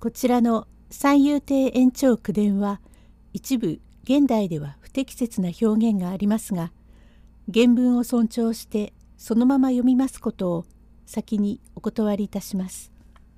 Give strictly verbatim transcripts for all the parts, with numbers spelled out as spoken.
こちらの三遊亭延長九伝は一部現代では不適切な表現がありますが、原文を尊重してそのまま読みますことを先にお断りいたします。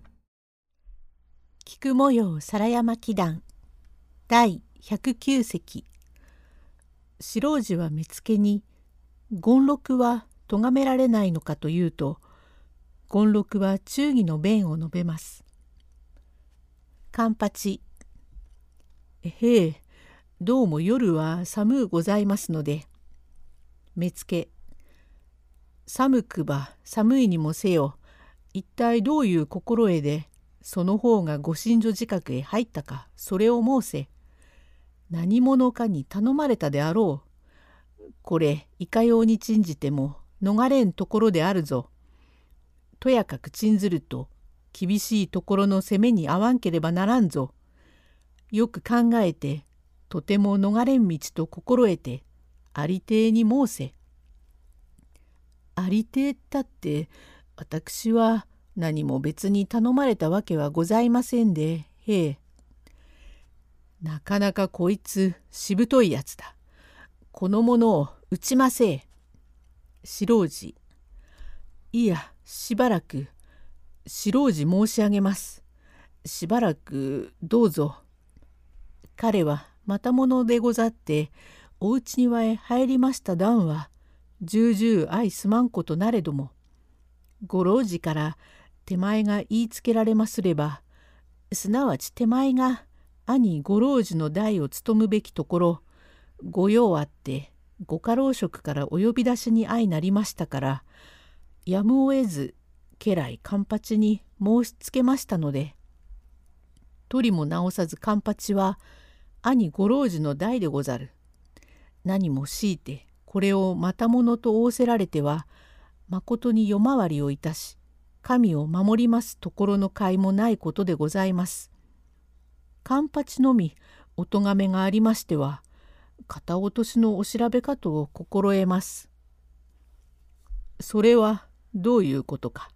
菊模様皿山祈願第ひゃくきゅう席。四郎次は目付に権六は咎められないのかというと、権六は忠義の弁を述べます。勘八、えへえ、どうも夜は寒うございますので。目付、寒くば寒いにもせよ、一体どういう心得でその方がご寝所近くへ入ったか、それを申せ。何者かに頼まれたであろう。これいかように賃じても逃れんところであるぞ。とやかく賃ずると厳しいところの攻めに遭わんければならんぞ。よく考えてとても逃れん道と心得てありていに申せ。ありていったって私は何も別に頼まれたわけはございませんで、へえ。なかなかこいつしぶといやつだ。この者を撃ちませえ。四郎次、いやしばらく四郎次申し上げます。しばらくどうぞ。彼はまたものでござってお家庭へ入りました段は重々相すまんことなれども、ご老次から手前が言いつけられますれば、すなわち手前が兄ご老次の代を務むべきところ、ご用あってご家老職からお呼び出しに相なりましたから、やむを得ず家来勘八に申しつけましたので、取りも直さず勘八は兄ご老次の代でござる。何も強いてこれをまたものと仰せられては、まことに夜回りをいたし、神を守りますところの甲斐もないことでございます。勘八のみお咎めがありましては、片落としのお調べかと心得ます。それはどういうことか。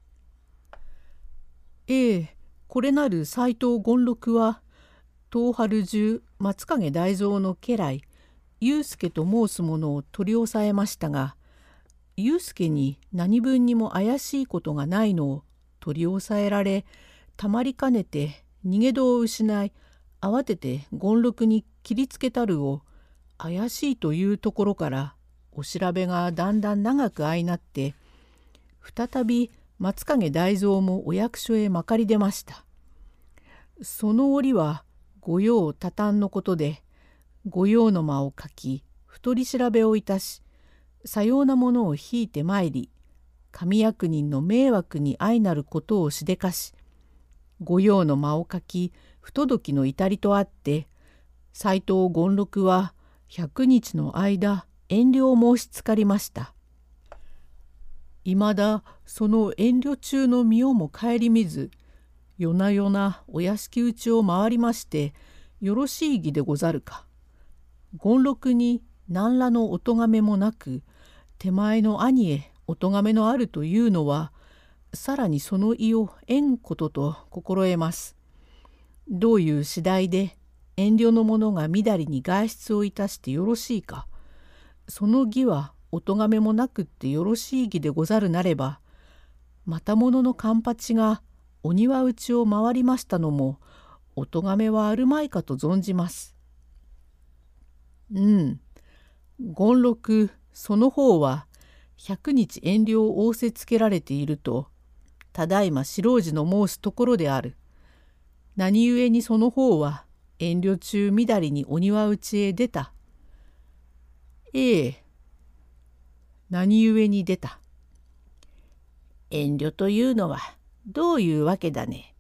ええ、これなる斎藤権六は東春中松影大蔵の家来祐介と申す者を取り押さえましたが、祐介に何分にも怪しいことがないのを取り押さえられ、たまりかねて逃げ道を失い、慌てて権六に切りつけたるを怪しいというところから、お調べがだんだん長く相なって、再び松影大蔵もお役所へまかり出ました。その折は御用多端のことで、御用の間を書き太り調べをいたし、さようなものを引いてまいり、上役人の迷惑に相なることをしでかし、御用の間を書き不届きの至りとあって、斎藤権六は百日の間遠慮を申しつかりました。いまだその遠慮中の身をも顧みず、夜な夜なお屋敷内を回りまして、よろしい儀でござるか。権六に何らのお咎めもなく、手前の兄へお咎めのあるというのは、さらにその意を得んことと心得ます。どういう次第で遠慮の者がみだりに外出をいたしてよろしいか。その儀はお咎めもなくってよろしい儀でござるなれば、またものの勘八がお庭内を回りましたのもお咎めはあるまいかと存じます。うん、権六その方は百日遠慮を仰せつけられていると、ただいま四郎次の申すところである。何故にその方は遠慮中みだりにお庭内へ出た。ええ、何故に出た。遠慮というのはどういうわけだね。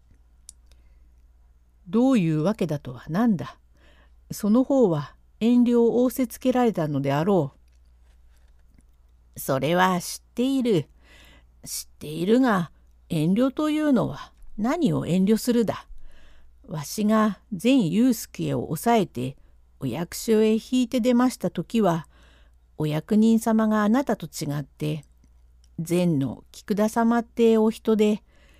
どういうわけだとは何だ。その方は遠慮を仰せつけられたのであろう。それは知っている。知っているが、遠慮というのは何を遠慮するだ。わしが前祐介を抑えてお役所へ引いて出ました時は、お役人様があなたと違って前の菊田様ってお人で、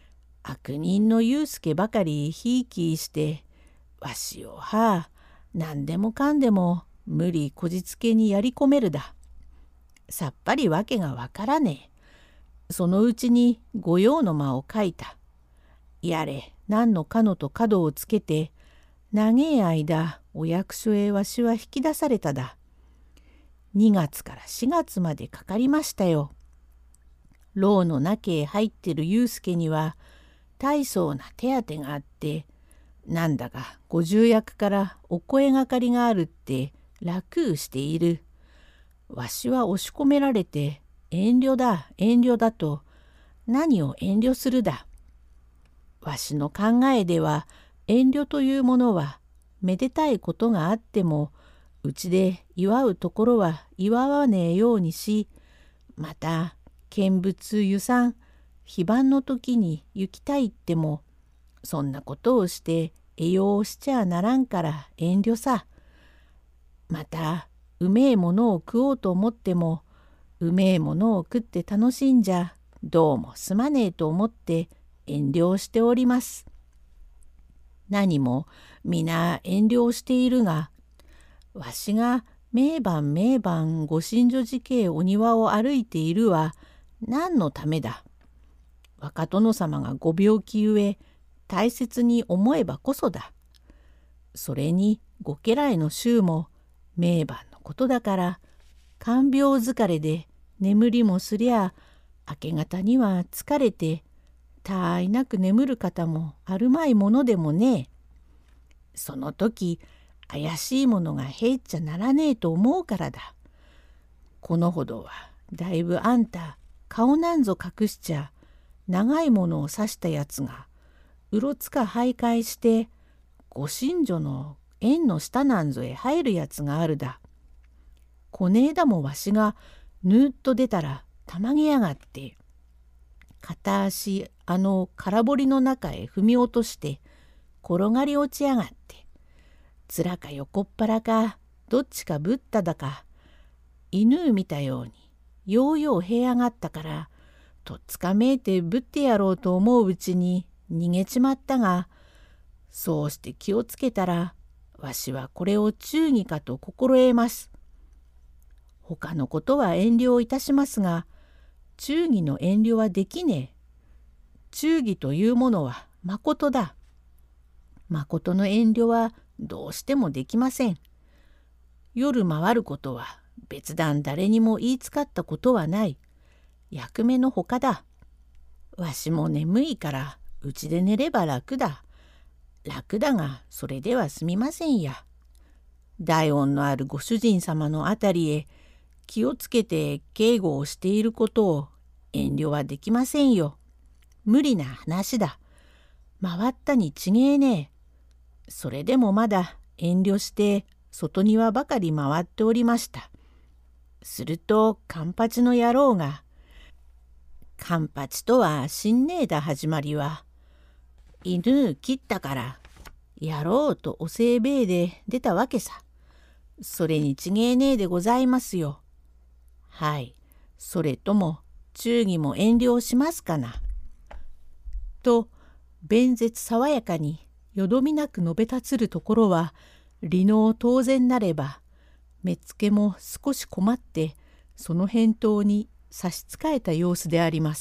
悪人の祐介ばかりひいきして、わしをはあ、何でもかんでも無理こじつけにやり込めるだ。さっぱりわけがわからねえ。そのうちに御用の間を書いた。やれ何のかのと角をつけて、長え間お役所へわしは引き出されただ。にがつからしがつまでかかりましたよ。牢の中へ入ってる祐介には大層な手当があって、なんだかご重役からお声がかりがあるって楽している。わしは押し込められて遠慮だ遠慮だと、何を遠慮するだ。わしの考えでは遠慮というものはめでたいことがあってもうちで祝うところは祝わねえようにし、また見物遊山非番の時に行きたいってもそんなことをして栄養をしちゃならんから遠慮さ。またうめえものを食おうと思ってもうめえものを食って楽しんじゃどうもすまねえと思って遠慮しております。何も皆遠慮しているが、わしが毎晩毎晩ご近所寺家お庭を歩いているは何のためだ。若殿様がご病気ゆえ大切に思えばこそだ。それにご家来の衆も毎晩のことだから、看病疲れで眠りもすりゃ明け方には疲れてたあいなく眠る方もあるまいものでもねえ。その時怪しいものが入っちゃならねえと思うからだ。このほどはだいぶあんた顔なんぞ隠しちゃ長いものを刺したやつがうろつか徘徊してご近所の縁の下なんぞへ入るやつがあるだ。こねえだもわしがぬーっと出たらたまげやがって片足あの空堀の中へ踏み落として転がり落ちやがって、面か横っ腹かどっちかぶっただか犬見たようにようようへえ上がったから、とっつかめえてぶってやろうと思ううちに逃げちまったが、そうして気をつけたらわしはこれを忠義かと心得ます。他のことは遠慮いたしますが、忠義の遠慮はできねえ。忠義というものはまことだ。まことの遠慮はどうしてもできません。夜回ることは別段誰にも言いつかったことはない。役目のほかだ。わしも眠いからうちで寝れば楽だ。楽だがそれでは済みませんや。大恩のあるご主人様のあたりへ気をつけて警護をしていることを遠慮はできませんよ。無理な話だ。回ったにちげえねえ。それでもまだ遠慮して外庭ばかり回っておりました。するとカンパチの野郎が、カンパチとは死んねえだ始まりは、犬切ったからやろうとおせいべいで出たわけさ。それにちげえねえでございますよ。はい、それとも忠義も遠慮しますかな。と弁舌爽やかによどみなく述べたつるところは理能当然なれば、目付も少し困ってその返答に差し支えた様子であります。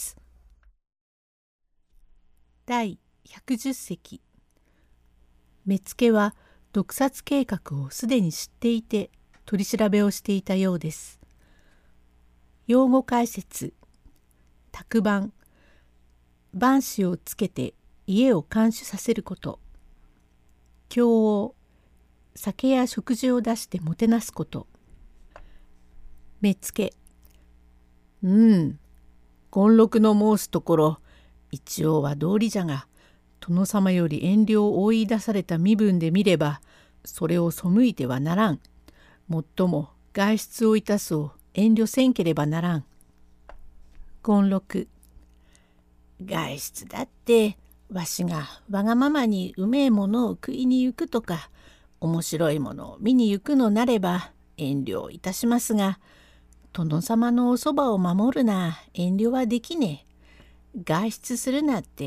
だいひゃくじゅっせき。目付は毒殺計画をすでに知っていて取り調べをしていたようです。用語解説。宅番。番士をつけて家を監視させること。供応。酒や食事を出してもてなすこと。目付。うん。権六の申すところ、一応は道理じゃが、殿様より遠慮を追い出された身分で見れば、それを背いてはならん。もっとも外出をいたすを遠慮せんければならん。権六。外出だってわしがわがままにうめえものを食いに行くとか面白いものを見に行くのなれば遠慮いたしますが、殿様のおそばを守るな遠慮はできねえ。外出するなって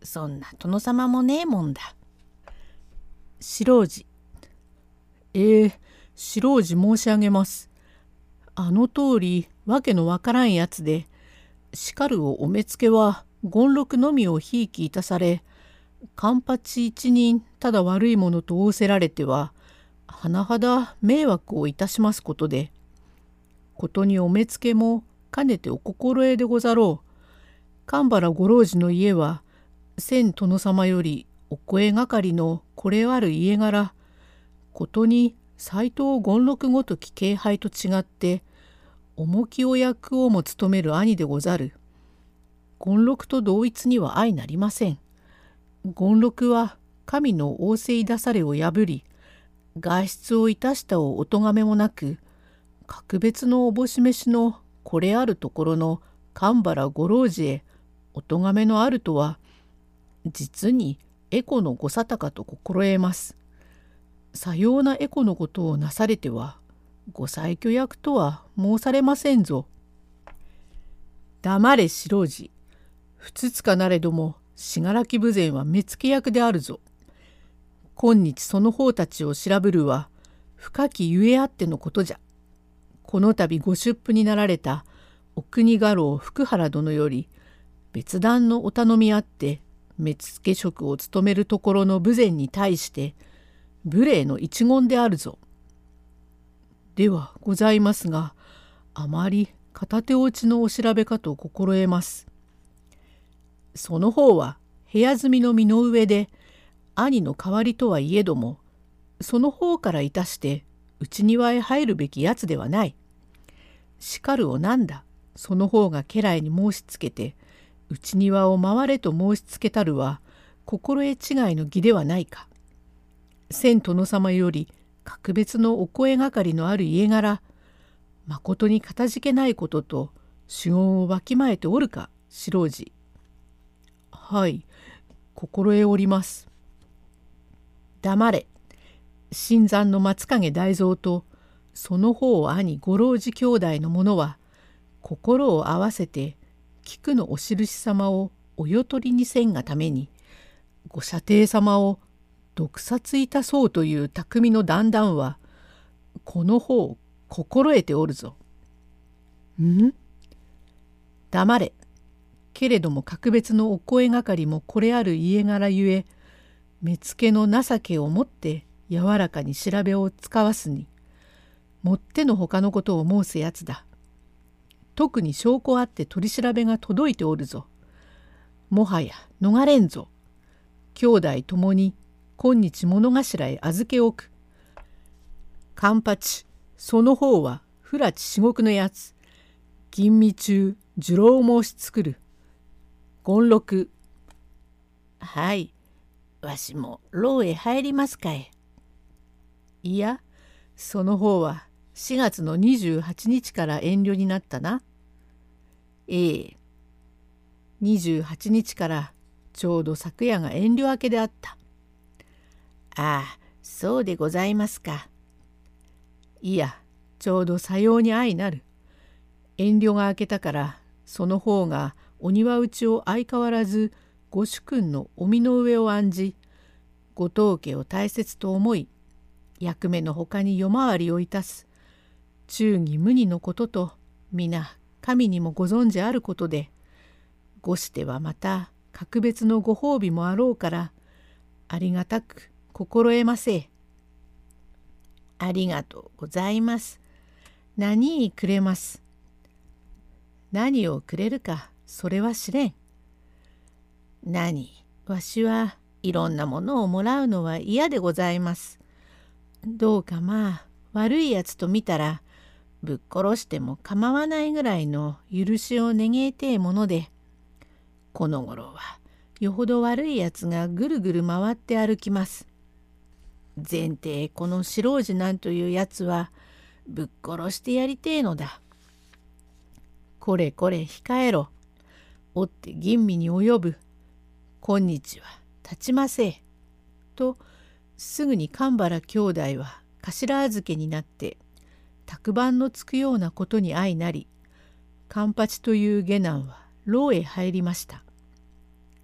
そんな殿様もねえもんだ。白次。ええ、白次申し上げます。あの通りわけのわからんやつで、しかるをお目付けは権六のみをひいきいたされ、勘八一人ただ悪いものと仰せられては甚だ迷惑をいたしますことで、ことにお目付けも兼ねてお心得でござろう。神原ご老次の家は千殿様よりお声がかりのこれある家柄、ことに斎藤権六ごとき敬拝と違って重きお役をも務める兄でござる。権六と同一には相なりません。権六は神の仰せい出されを破り、外出をいたしたをお咎めもなく、格別のおぼしめしのこれあるところの神原ご老次へお咎めのあるとは、実にエコのご沙汰かと心得ます。さようなエコのことをなされては、ご裁許役とは申されませんぞ。黙れ白次。ふつつかなれども信楽豊前は目付役であるぞ。今日その方たちを調べるは深きゆえあってのことじゃ。この度ご出府になられたお国家老福原殿より別段のお頼みあって目付職を務めるところの豊前に対して無礼の一言であるぞ。ではございますが、あまり片手落ちのお調べかと心得ます。その方は部屋住みの身の上で兄の代わりとはいえども、その方からいたして内庭へ入るべきやつではない。しかるをなんだ、その方が家来に申しつけて内庭を回れと申しつけたるは心得違いの義ではないか。千殿様より格別のお声がかりのある家柄、まことにかたじけないことと主音をわきまえておるか、白次。はい、心得おります。黙れ。新参の松影大蔵とその方兄ご老次兄弟の者は心を合わせて菊のお印様をお世取りにせんがためにご舎弟様を毒殺いたそうという匠の段々はこの方心得ておるぞ。ん？黙れ。けれども格別のお声がかりもこれある家柄ゆえ、目付の情けをもって柔らかに調べを使わすに、もってのほかのことを申すやつだ。特に証拠あって取り調べが届いておるぞ。もはや逃れんぞ。兄弟ともに今日物頭へ預け置く。勘八、その方は不埒至極のやつ。吟味中受老申し作る。権六。はい、わしも牢へ入りますかい。いや、その方はしがつのにじゅうはちにちから遠慮になったな。ええ、にじゅうはちにちからちょうど昨夜が遠慮明けであった。ああ、そうでございますか。いや、ちょうどさように相なる。遠慮が明けたからその方がお庭打ちを相変わらずご主君のお身の上を案じ、ご当家を大切と思い、役目のほかに夜回りをいたす忠義無二のことと皆神にもご存じあることで、ごしてはまた格別のご褒美もあろうからありがたく心得ませ。ありがとうございます。何くれます。何をくれるかそれは知れん。何、わしはいろんなものをもらうのは嫌でございます。どうかまあ悪いやつと見たらぶっ殺しても構わないぐらいの許しを願えてえもので、この頃はよほど悪いやつがぐるぐる回って歩きます。前提この白次なんというやつはぶっ殺してやりてえのだ。これこれ控えろ。おって吟味に及ぶ。今日は立ちませえ。とすぐに神原兄弟は頭預けになって託番のつくようなことに相なり、勘八という下男は牢へ入りました。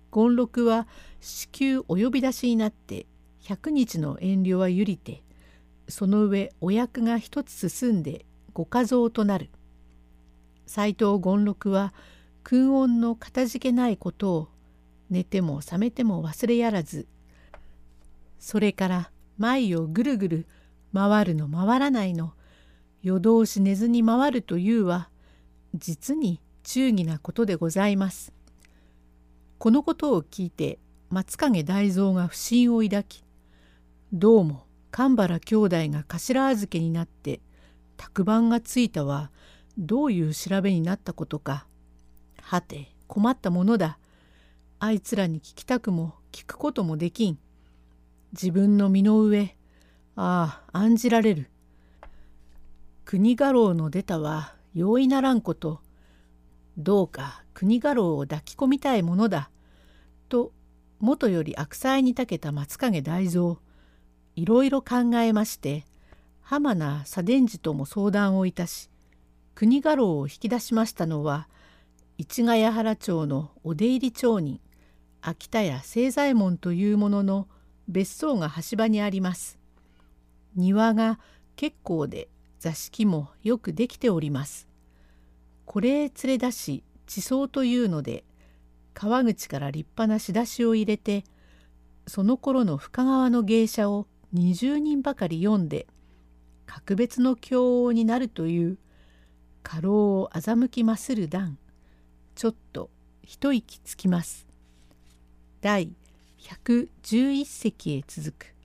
権六は至急お呼び出しになって百日の遠慮はゆりて、その上お役が一つ進んでご家蔵となる。斎藤権六は訓音のかたじけないことを寝ても覚めても忘れやらず、それから前をぐるぐる回るの回らないの夜通し寝ずに回るというは実に忠義なことでございます。このことを聞いて松影大蔵が不審を抱き、どうも神原兄弟が頭預けになって託番がついたはどういう調べになったことか。はて困ったものだ。あいつらに聞きたくも聞くこともできん。自分の身の上、ああ案じられる。国家老の出たは容易ならんこと。どうか国家老を抱き込みたいものだ。ともとより悪妻にたけた松影大蔵、いろいろ考えまして、浜名左伝次とも相談をいたし、国家老を引き出しましたのは、市ヶ谷原町のお出入り町人、秋田屋清左衛門というものの別荘が橋場にあります。庭が結構で座敷もよくできております。これへ連れ出し地層というので、川口から立派な仕出しを入れて、その頃の深川の芸者をにじゅうにんばかり読んで、格別の教王になるという家老を欺きまする段、ちょっと一息つきます。第ひゃくじゅういっ席へ続く。